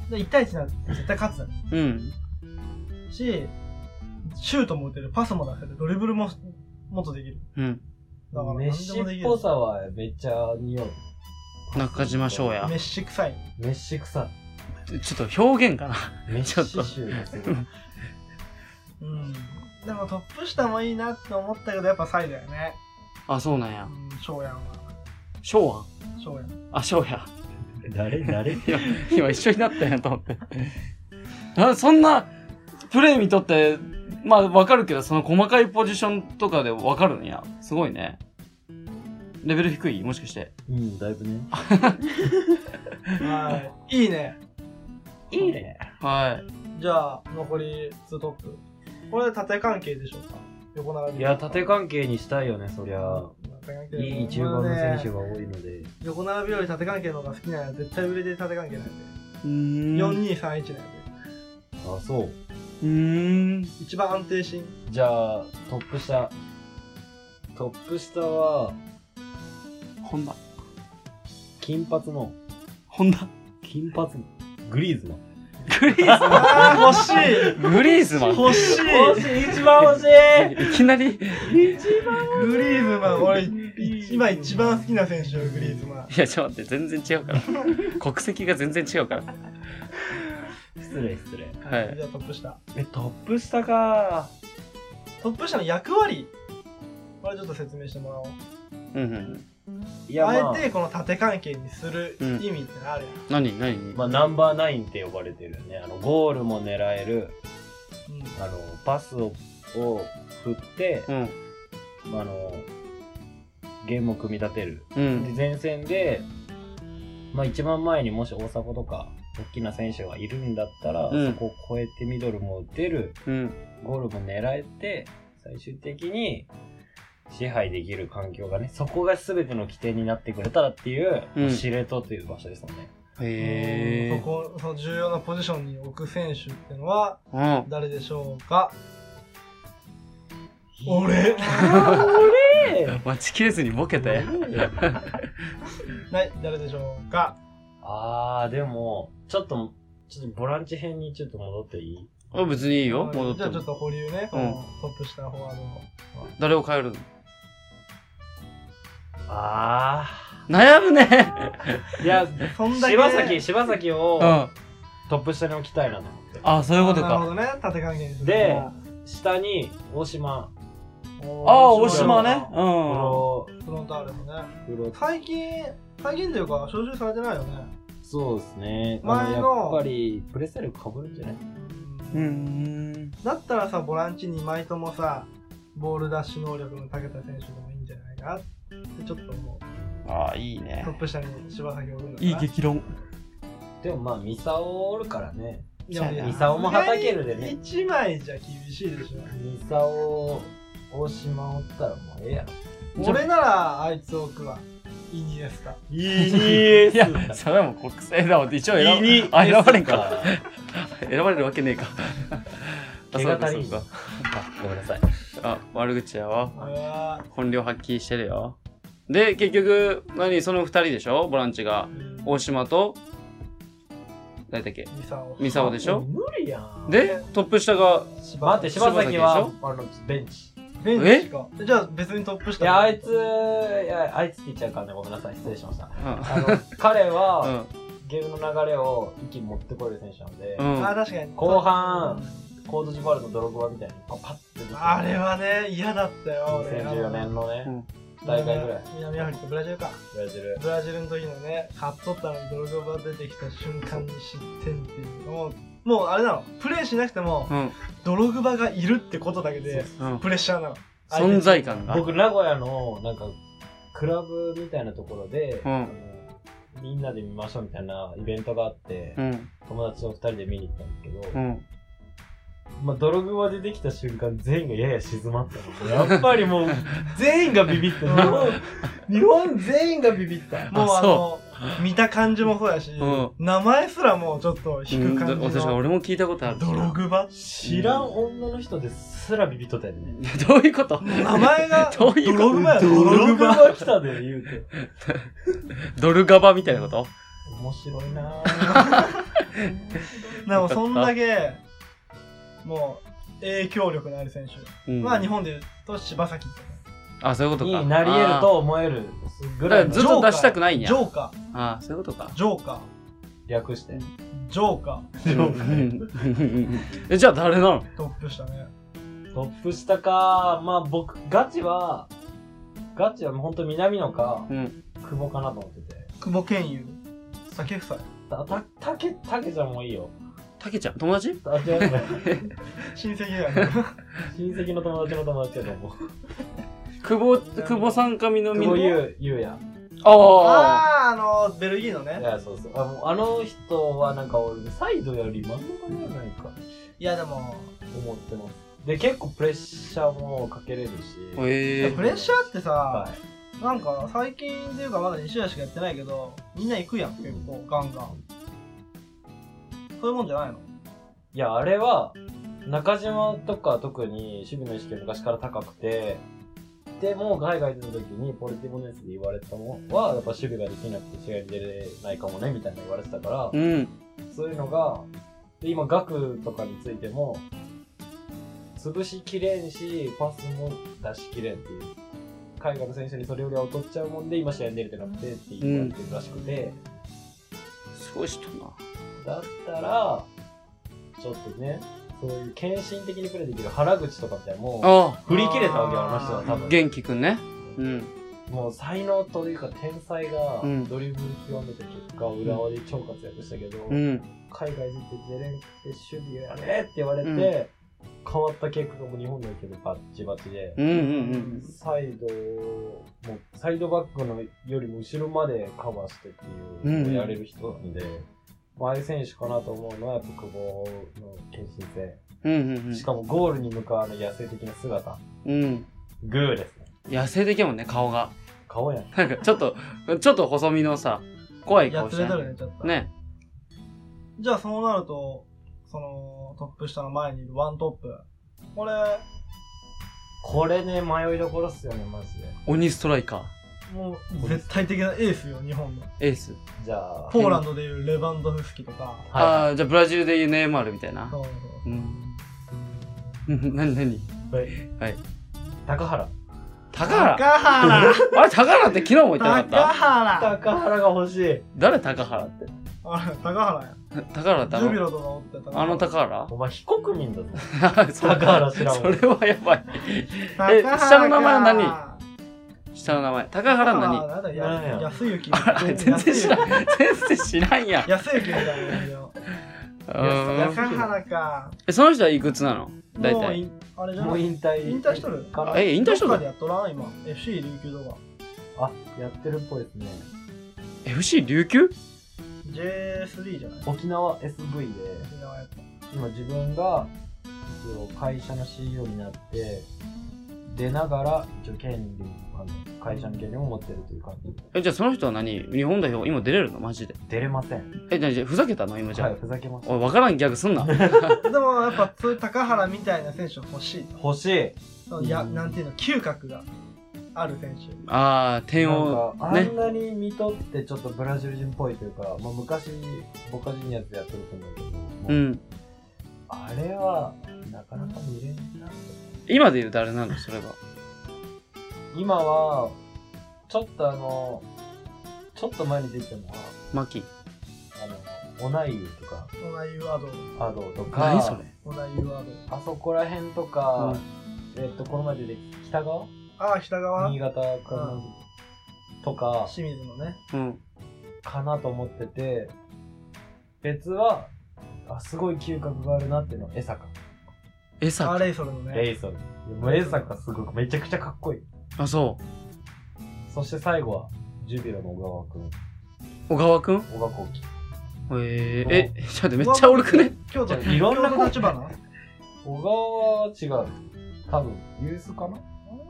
で、いち対いちなら絶対勝つ。うん。し、シュートも打てる、パスも出せる、ドリブルももっとできる。うん。 だからメッシっぽさはめっちゃ匂う。 中島翔也。 メッシ臭い。 メッシ臭い。ちょっと表現かな。 メッシ臭いですよ。 うん。でもトップ下もいいなって思ったけど、やっぱサイドやね。 あ、そうなんや。 うん、翔也は。 翔也翔也。 あ、翔也。 誰誰今、今一緒になったんやと思って。あ、そんな、プレイ見とって、まあわかるけど、その細かいポジションとかでわかるんや。すごいね。レベル低い？もしかして。 うん、だいぶね。 はい。いいね。 いいね。 はい。じゃあ、残りツートップ。これ縦関係でしょうか？横並び。 いや、縦関係にしたいよね、そりゃ。いい中盤の選手が多いので。 横並びより縦関係の方が好きなのは絶対上で縦関係なんで。うーん。よんにさんいちなんで。 あ、そう。 うーん。一番安定しん。 じゃあ、トップ下。トップ下は、 ホンダ。 金髪の。 ホンダ。 金髪の。グリーズマン。 グリーズマン。 あー、欲しい。 グリーズマン。 欲しい。 欲しい。一番欲しい。 いきなり。 一番欲しい。 グリーズマン。俺、今一番好きな選手よ、グリーズマン。 いや、ちょっと待って、全然違うから。国籍が全然違うから。 失礼、失礼。 はい。じゃあトップ下。 え、トップ下か。 トップ下の役割。これちょっと説明してもらおう。 うんうん。 いや、まあ、 あえてこの縦関係にする意味ってあるやん。 何何まあ、ナンバーナインって呼ばれてるよね。あの、ゴールも狙える、 うん、 あの、パスを、を振って、 うん、 あの、ゲームを組み立てる。 うん、 で、前線で、まあ、一番前にもし大迫とか、大きな選手がいるんだったら、 うん、 そこを越えてミドルも打てる、 うん、 ゴールも狙えて、最終的に支配できる環境がね、そこが全ての起点になってくれたらっていう、うん、司令塔という場所ですもんね。 へー。 そこ、その重要なポジションに置く選手ってのは、誰でしょうか？うん、俺俺待ちきれずにボケて。 はい、誰でしょうか？ あー、でも、ちょっと、ちょっとボランチ編にちょっと戻っていい？ あ、別にいいよ、戻っても。 じゃあちょっと保留ね、このトップ下フォワードの。 誰を変えるの？ あー。悩むね。 いや、そんだけ柴崎、柴崎をトップ下に置きたいなと思って。 ああ、そういうことか。 なるほどね、縦関係にする。 で、下に大島。 ああ、大島ね。うん。フロンターレのね。最近、最近というか、招集されてないよね。 そうですね。 前のやっぱり、プレスタイル被るんじゃない？ うん。 だったらさ、ボランチにまいともさ、ボールダッシュ能力の長けた選手でもいいんじゃないかってちょっと思う。 ああ、いいね。 トップ下に柴崎を置くんだいい激論。 でもまあ、ミサオおるからね。ミサオもはたけるでね。 いちまいじゃ厳しいでしょ。 ミサオ、大島おったらもうええやろ。 俺ならあいつ置くわ。イニエスタ。 イニエスタ。 いや、それはもう国際だもん。一応選ばあ選ばれんか。選ばれるわけねえか。 毛が足りんか。ごめんなさい。 あ、悪口やわ。本領発揮してるよ。で、結局、何そのふたりでしょボランチが。大島と、誰だっけミサオ。ミサオでしょ無理やん。 で、トップ下が、 待って、柴崎は、あの、ベンチ。 ベンチか。じゃあ別にトップ下。 いや、あいつ、いや、あいつって言っちゃうからね、ごめんなさい。失礼しました。あの、彼は、ゲームの流れを一気に持ってこれる選手なので、 あ、確かに。 後半、コードジボワールのドログバみたいにパッて出てあれはね、嫌だったよ。 にせんじゅうよねんのね、大会ぐらい。 南アフリカ、ブラジルか。 ブラジル。 ブラジルの時のね、勝っとったのにドログバ出てきた瞬間に失点っていうのを、もうあれなの、プレイしなくても、ドログバがいるってことだけで、プレッシャーなの。 存在感が。 僕、名古屋の、なんか、クラブみたいなところで、みんなで見ましょうみたいなイベントがあって、友達とふたりで見に行ったんですけど、まあ、ドログバ出てきた瞬間、全員がやや静まったので、やっぱりもう、全員がビビった。日本、日本全員がビビった。 もうあの、見た感じもそうやし、名前すらもうちょっと引く感じの。 私は俺も聞いたことある。 ドログバ知らん女の人ですらビビっとったよね。 どういうこと名前が、 どういうドログバやドログバ来たで言うて。 ドルガバみたいなこと面白いなぁ。 でもそんだけ、もう、影響力のある選手。まあ日本で言うと柴崎。 あ、そういうことか。 になり得ると思えるぐらいずっと出したくないんや。 ジョーカー。ああ、そういうことか。 ジョーカー。 略して。 ジョーカー。ジョーカー。え、じゃあ誰なの？ トップ下ね。 トップ下か。まあ僕、ガチは、ガチは本当南野か、うん、久保かなと思ってて。 久保健佑。竹夫妻。 た、た、たけ、たけちゃんもいいよ。 たけちゃん友達？ あ、違うね。 親戚やね。 親戚の友達の友達やと思う。 久保、久保さんかみのみの。 久保優、優や。 ああ、あの、ベルギーのね。 いや、そうそう。あ, もうあの人はなんか俺、サイドより真ん中じゃないか。 いや、でも、 思ってます。で、結構プレッシャーもかけれるし。 へー。プレッシャーってさ、はい、なんか最近っていうかまだに試合しかやってないけど、みんな行くやん、結構、ガンガン。そういうもんじゃないの？ いや、あれは、中島とか特に守備の意識が昔から高くて、でも海外出た時にポリティモネスで言われたのは、やっぱ守備ができなくて試合に出れないかもねみたいな言われてたから、うん、そういうのが、で今ガクとかについても、潰しきれんし、パスも出しきれんっていう。海外の選手にそれよりは劣っちゃうもんで、今試合に出れてなくてって言われてるらしくて。 うん、すごい人な。 だったら、ちょっとね、そういう献身的にプレーできる原口とかってもう、振り切れたわけよ、あの人は多分。 元気くんね。うん。 もう才能というか天才がドリブル極めた結果、浦和で超活躍したけど、うん、海外出て出れんくて守備やれって言われて、うん、変わった結果がもう日本だけどバッチバチで、うんうんうん、サイドもうサイドバックのよりも後ろまでカバーしてっていうのをやれる人なんで、うんうん、ああいう選手かなと思うのはやっぱ久保の献身性、うんうんうん、しかもゴールに向かうあの野生的な姿、うん、グーですね。 野生的やもんね、顔が。 顔やん。 なんかちょっとちょっと細身のさ、怖い顔してる。 やつれとるね、ちょっと。ね。じゃあそうなると、そのトップ下の前にいるワントップ。これ、 これね、迷いどころっすよね、マジで。 鬼ストライカー。もう、絶対的なエースよ、日本の。 エース。 じゃあ、 ポーランドでいうレバンドフスキとか。はい、 ああ、じゃあブラジルでいうネイマールみたいな。そうそう。うん。なになにはい。はい。高原。 高原高原あれ高原って昨日も言ってなかった高原高原が欲しい。 誰高原って。 あれ、高原や。 高原ってあの、 ジュビロとかおってあの高原お前非国民だぞ。高原知らんわ。 それはやばい。え、下の名前は何下の名前。高原何なんだや、安行。 全然知らん。全然知らんや。 安行みたいな感じの。高原か。 え、その人はいくつなの大体。 あれじゃないもう引退。 引退しとるえ、引退しとるどっかでやっとらん今。エフシー 琉球とか。 あ、やってるっぽいですね。 エフシー 琉球ジェイスリー じゃない沖縄 エスブイ で、 沖縄やった今自分が一応会社の シーイーオー になって、出ながら一応権利、あの会社の権利も持ってるという感じ。 え、じゃあその人は何日本代表今出れるのマジで。 出れません。 え、じゃあふざけたの今じゃ。 はい、ふざけました。 おい、わからんギャグすんな。 でもやっぱそういう高原みたいな選手欲しい。 欲しい。 いや、なんていうの、嗅覚がある選手。 ああ、点を、 ね。あんなに見とってちょっとブラジル人っぽいというか、まあ、昔、ボカジニアスでやってると思うけど、うん。あれは、なかなか見れんな。 今で言う誰なのそれは。 今は、ちょっとあの、ちょっと前に出てたのは、 マキ。 あの、オナイユとか。 オナイユアド。 アドとか。 何それオナイユアド。 あそこら辺とか、うん、えっと、この前出て北川ああ、北川新潟かな、うん、とか。 清水のね。 うん。かなと思ってて、別は、あ、すごい嗅覚があるなっていうのは江坂。 江坂あ、レイソルのね。 レイソル。もう江坂すごくめちゃくちゃかっこいい。 あ、そう。 そして最後は、ジュビロの小川くん。 小川くん小川幸輝。 えー、え、ちょっと待って、めっちゃおるくね。 京都、 いろんな立花小川は違う。多分、ユースかな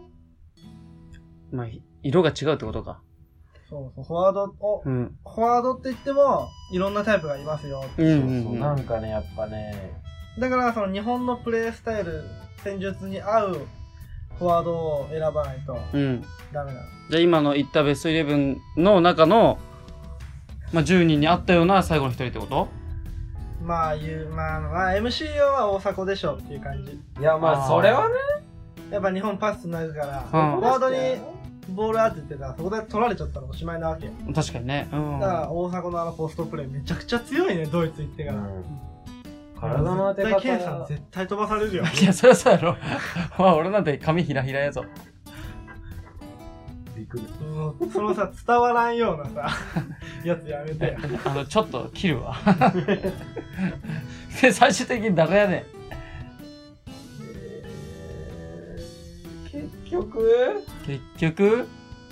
まあ、色が違うってことか。 そうそう、フォワードを、うん、フォワードって言っても、いろんなタイプがいますよ。 うんうんうん、そうそう、なんかね、やっぱね。 だから、その日本のプレースタイル、戦術に合うフォワードを選ばないと、うん、ダメなの。 じゃあ今の言ったベストイレブンの中の、まあ、じゅうにんに合ったような最後のひとりってこと？ まあ、言う、まあ、まあ、エムシーオー は大迫でしょっていう感じ。 いや、まあ、それはね。 やっぱ日本パスつなぐから、フォワードにボール当ててたら、そこで取られちゃったらおしまいなわけよ。 確かにね。うん、 だから大迫のあのポストプレーめちゃくちゃ強いね、ドイツ行ってから。うん、 体の当て方。 絶対ケンさん絶対飛ばされるよ。 いや、そりゃそうやろ。まあ、俺なんて髪ひらひらやぞ。 びっくり。 うん、そのさ、伝わらんようなさ、やつやめて。 あの、ちょっと切るわ。で、最終的に誰やねん。 結局結局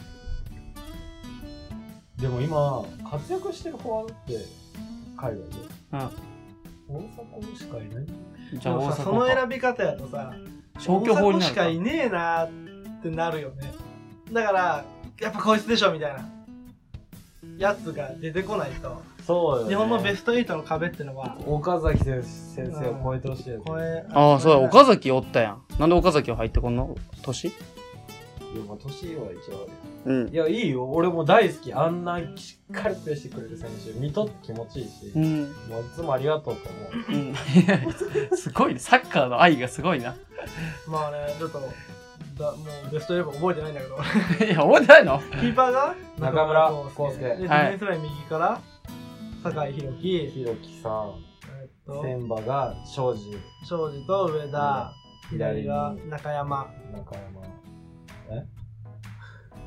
でも今活躍してるフォワードって海外で、うん、大阪しかいない。 じゃあ大阪その選び方やとさ、 消去法になる大阪しかいねえなってなるよね。だからやっぱこいつでしょみたいなやつが出てこないと。 そうよね、 日本のベストエイトの壁ってのは岡崎先生を超えてほしい、うん、 ああ、そうだ、岡崎おったやん。なんで岡崎は入ってこんの？年？ いや、まあ年は一応ある、うん、いや、いいよ、俺も大好き。あんなしっかりプレーしてくれる選手見とって気持ちいいし、うん、もういつもありがとうと思う、うん、 すごいね、サッカーの愛がすごいな。 まあね、ちょっとだもうベストイレブン覚えてないんだけどいや、覚えてないの？ キーパーが中村康介で、 ディフェンスライン右から酒井宏樹、 宏樹さん、えっと、千葉が庄司、 庄司と上田、左が中山、 中山、え？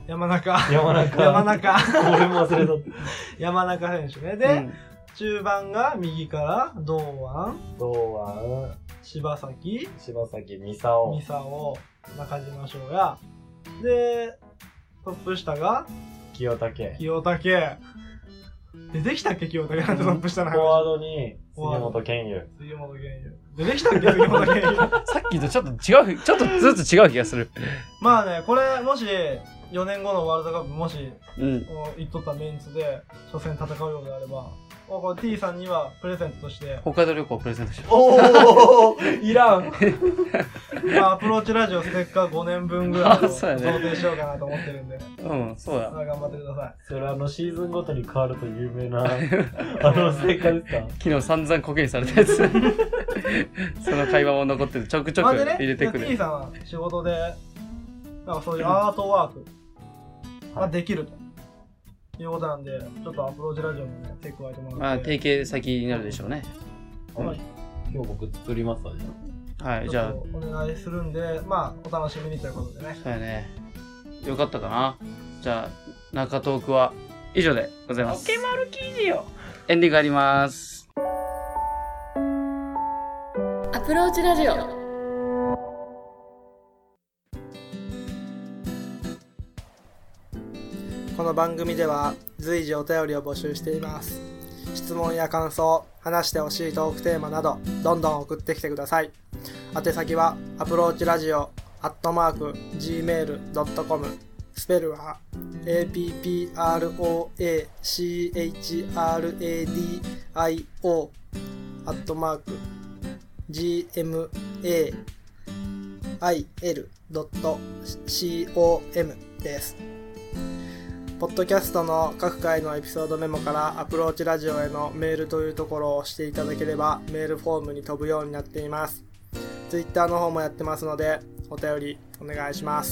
山中。 山中。 山中。 俺も忘れとった。 山中選手ね。で、うん、中盤が右から堂安。 堂安。 柴崎。 柴崎、三竿。 三竿。中島翔也。で、トップ下が清武。 清武。出てきたっけ清武なんてトップ下の話。 フォワードに杉本健佑。 杉本健佑。出てきたっけ杉本健佑。 さっきとちょっと違う、ちょっとずつ違う気がする。 まあね、これもしよねんごのワールドカップもし、 うん、 言っとったメンツで初戦戦うようであれば、これ T さんにはプレゼントとして北海道旅行をプレゼントします。 おおいらんまあアプローチラジオステッカーごねんぶんぐらいを想定しようかなと思ってるんで、 うん、そうや。 頑張ってください。 それあのシーズンごとに変わると有名なあのステッカーですか？ 昨日散々コケにされたやつその会話も残っててちょくちょく入れてくる。 まあ、T さんは仕事でなんかそういうアートワークができるということなんで、ちょっとアプローチラジオもね、手加えてもらって。 まあ、提携先になるでしょうね。 はい。今日僕作りますわ、じゃあ。はい、じゃあ。 お願いするんで、まあ、お楽しみにということでね。 そうやね。よかったかな。じゃあ、中トークは以上でございます。 オケマル記事よ。 エンディングあります。 アプローチラジオ。 この番組では随時お便りを募集しています。質問や感想、話してほしいトークテーマなどどんどん送ってきてください。宛先はアプローチラジオアットマーク ジーメールドットコム、 スペルは エーピーピーアールオーエーシーエイチアールエーディーアイオー アットマーク ジーエムエーアイエルドットコム です。ポッドキャストの各回のエピソードメモからアプローチラジオへのメールというところを押していただければメールフォームに飛ぶようになっています。ツイッターの方もやってますのでお便りお願いします。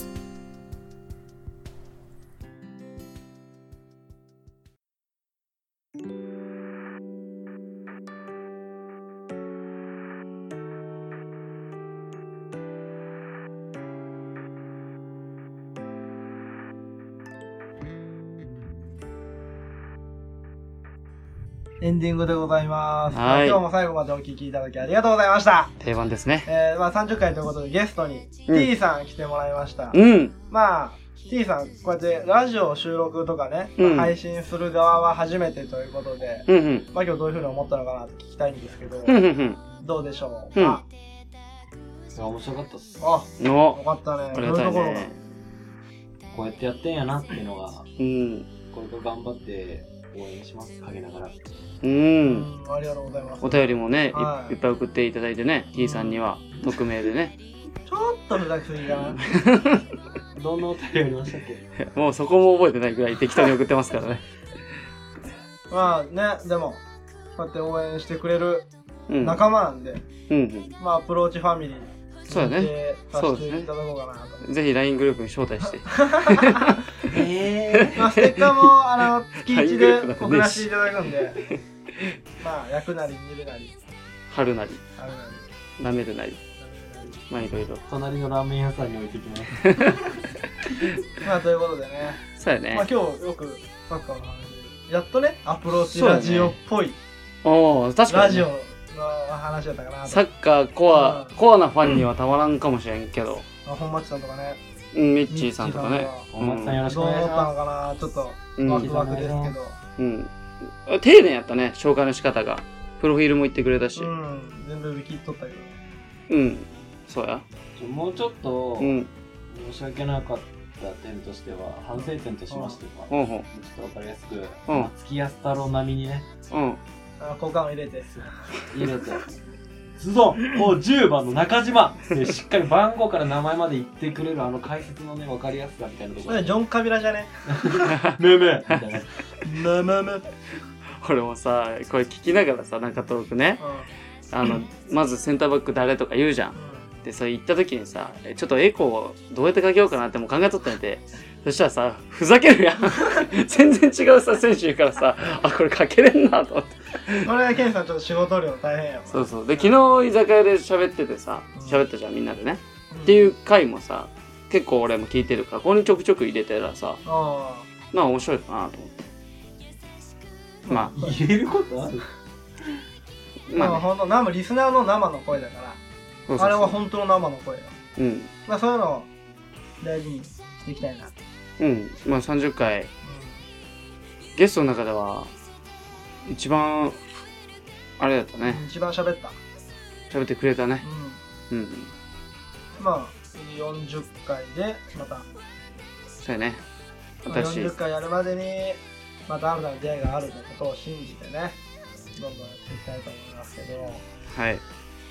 エンディングでございます。今日も最後までお聞きいただきありがとうございました。 定番ですね。 えー、まあさんじゅっかいということでゲストに T さん来てもらいました。 うん。 まあ T さんこうやってラジオ収録とかね、うん、配信する側は初めてということで、 うんうん、 まあ今日どういうふうに思ったのかなと聞きたいんですけど、 うんうんうん、 どうでしょうか。 うん、面白かったっす。 あ、よかったね。 ありがたいね。 こうやってやってんやなっていうのが、 うん、 これから頑張って応援します。陰ながら。 うん、 ありがとうございます。 お便りもね、はい、いっぱい送っていただいてね、T さんには匿名でね。 ちょっとふざけすぎかな。 どんなお便りありましたっけ？ もうそこも覚えてないぐらい適当に送ってますからね。 まあね、でもこうやって応援してくれる仲間なんで、 うんうん、 まあアプローチファミリーそうだね。 そうですね。いただこうかなと。 ぜひ ライン グループに招待して。 えー、まあステッカーもあの月いちで送らせていただくんで、まあ焼くなり煮るなり、 貼るなり、 貼るなり、舐めるなり、まあいろいろ。 隣のラーメン屋さんに置いてきます。 まあということでね。 そうやね。 まあ今日よくサッカーの話で、やっとねアプローチラジオっぽい。 おお、確かに。 ラジオの話だったかな。 サッカーコア、うん、コアなファンにはたまらんかもしれんけど。 あ、本町さんとかね。 うん、ミッチーさんとかね。 本町さんよろしくお願いします。 どう思ったのかな、ちょっとワクワクですけど。 うん。丁寧やったね、紹介の仕方が。プロフィールも言ってくれたし。 うん、全部ウィキ取ったけど。 うん、そうや。 もうちょっと、 うん、 申し訳なかった点としては、反省点としましては、 うん、 ちょっとわかりやすく、 うん、 松木安太郎並みにね、 うん、 あ、交換を入れて。 入れて。ズドンおじゅうばんの中島でしっかり番号から名前まで言ってくれるあの解説のね、わかりやすさみたいなところ。 これジョン・カビラじゃねめめみたいな。 めめめ。 俺もさ、これ聞きながらさ、中トークね、うん、あの、まずセンターバック誰とか言うじゃん。うん、で、それ言った時にさ、ちょっとエコーをどうやってかけようかなっても考えとったんで、そしたらさ、ふざけるやん。全然違うさ、選手いるからさ、あ、これかけれんなと思って。 これ、ケンさんちょっと仕事量大変やわ。 そうそう。で、昨日居酒屋で喋っててさ、喋ったじゃん、みんなでね。うん、っていう回もさ、 結構俺も聞いてるから、ここにちょくちょく入れてたらさ、 あまあ面白いかなと思って。まあ、 入れることある？ まあ、 まあ、ね、 ほんと、生、リスナーの生の声だから、 そうそうそうあれは本当の生の声だ。 うん。 まあそういうのを大事にしていきたいな。 うん。まあさんじゅっかい、ゲストの中では、一番、あれだったね。 一番喋った。 喋ってくれたね。 うん。 うん。 まあ、よんじゅっかいで、また。 そうやね。 まあ、よんじゅっかいやるまでに、また新たな出会いがあることを信じてね、どんどんやっていきたいと思いますけど。 はい。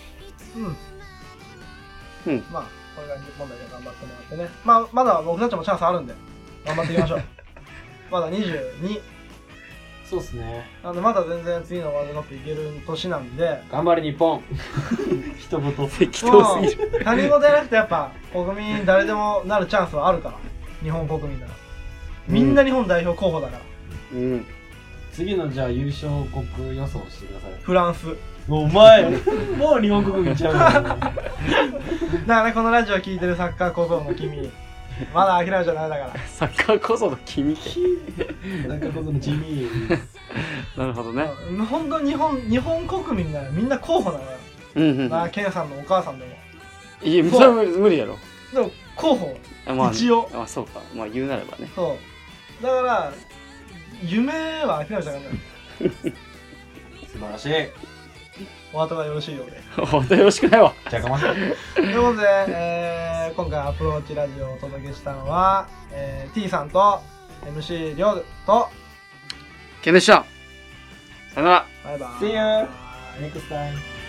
うん。うん。まあ、これが日本だけ頑張ってもらってね。まあ、まだ僕たちもチャンスあるんで、頑張っていきましょう。まだにじゅうに。 そうっすね。 なんでまだ全然次のワールドカップいける年なんで。 頑張れ日本。一言。 適当すぎる。 他人事じゃなくてやっぱ国民誰でもなるチャンスはあるから。日本国民なら。みんな日本代表候補だから。 うん。 次のじゃあ優勝国予想してください。 フランス。 お前もう日本国民ちゃうからね。だからね、このラジオ聞いてるサッカー小僧の君、まだ諦めちゃダメだから。 サッカー小僧の君。 サッカー小僧の地味。 なるほどね。 本当に日本日本国民ならみんな候補なのよ。 うんうん。 なあ、ケンさんのお母さんでも。 いや、それは無理やろ。 でも候補。 まあ、 一応。 あ、そうか。まあ言うなればね。 そう。だから夢は諦めちゃダメだよ。 素晴らしい。 お後がよろしいようで。 本当よろしくないわ。 じゃあかませ。 ということで、えー、今回アプローチラジオをお届けしたのは、えー、T さんと エムシー りょうとケンでした。さよなら。 バイバイ。 See you next time.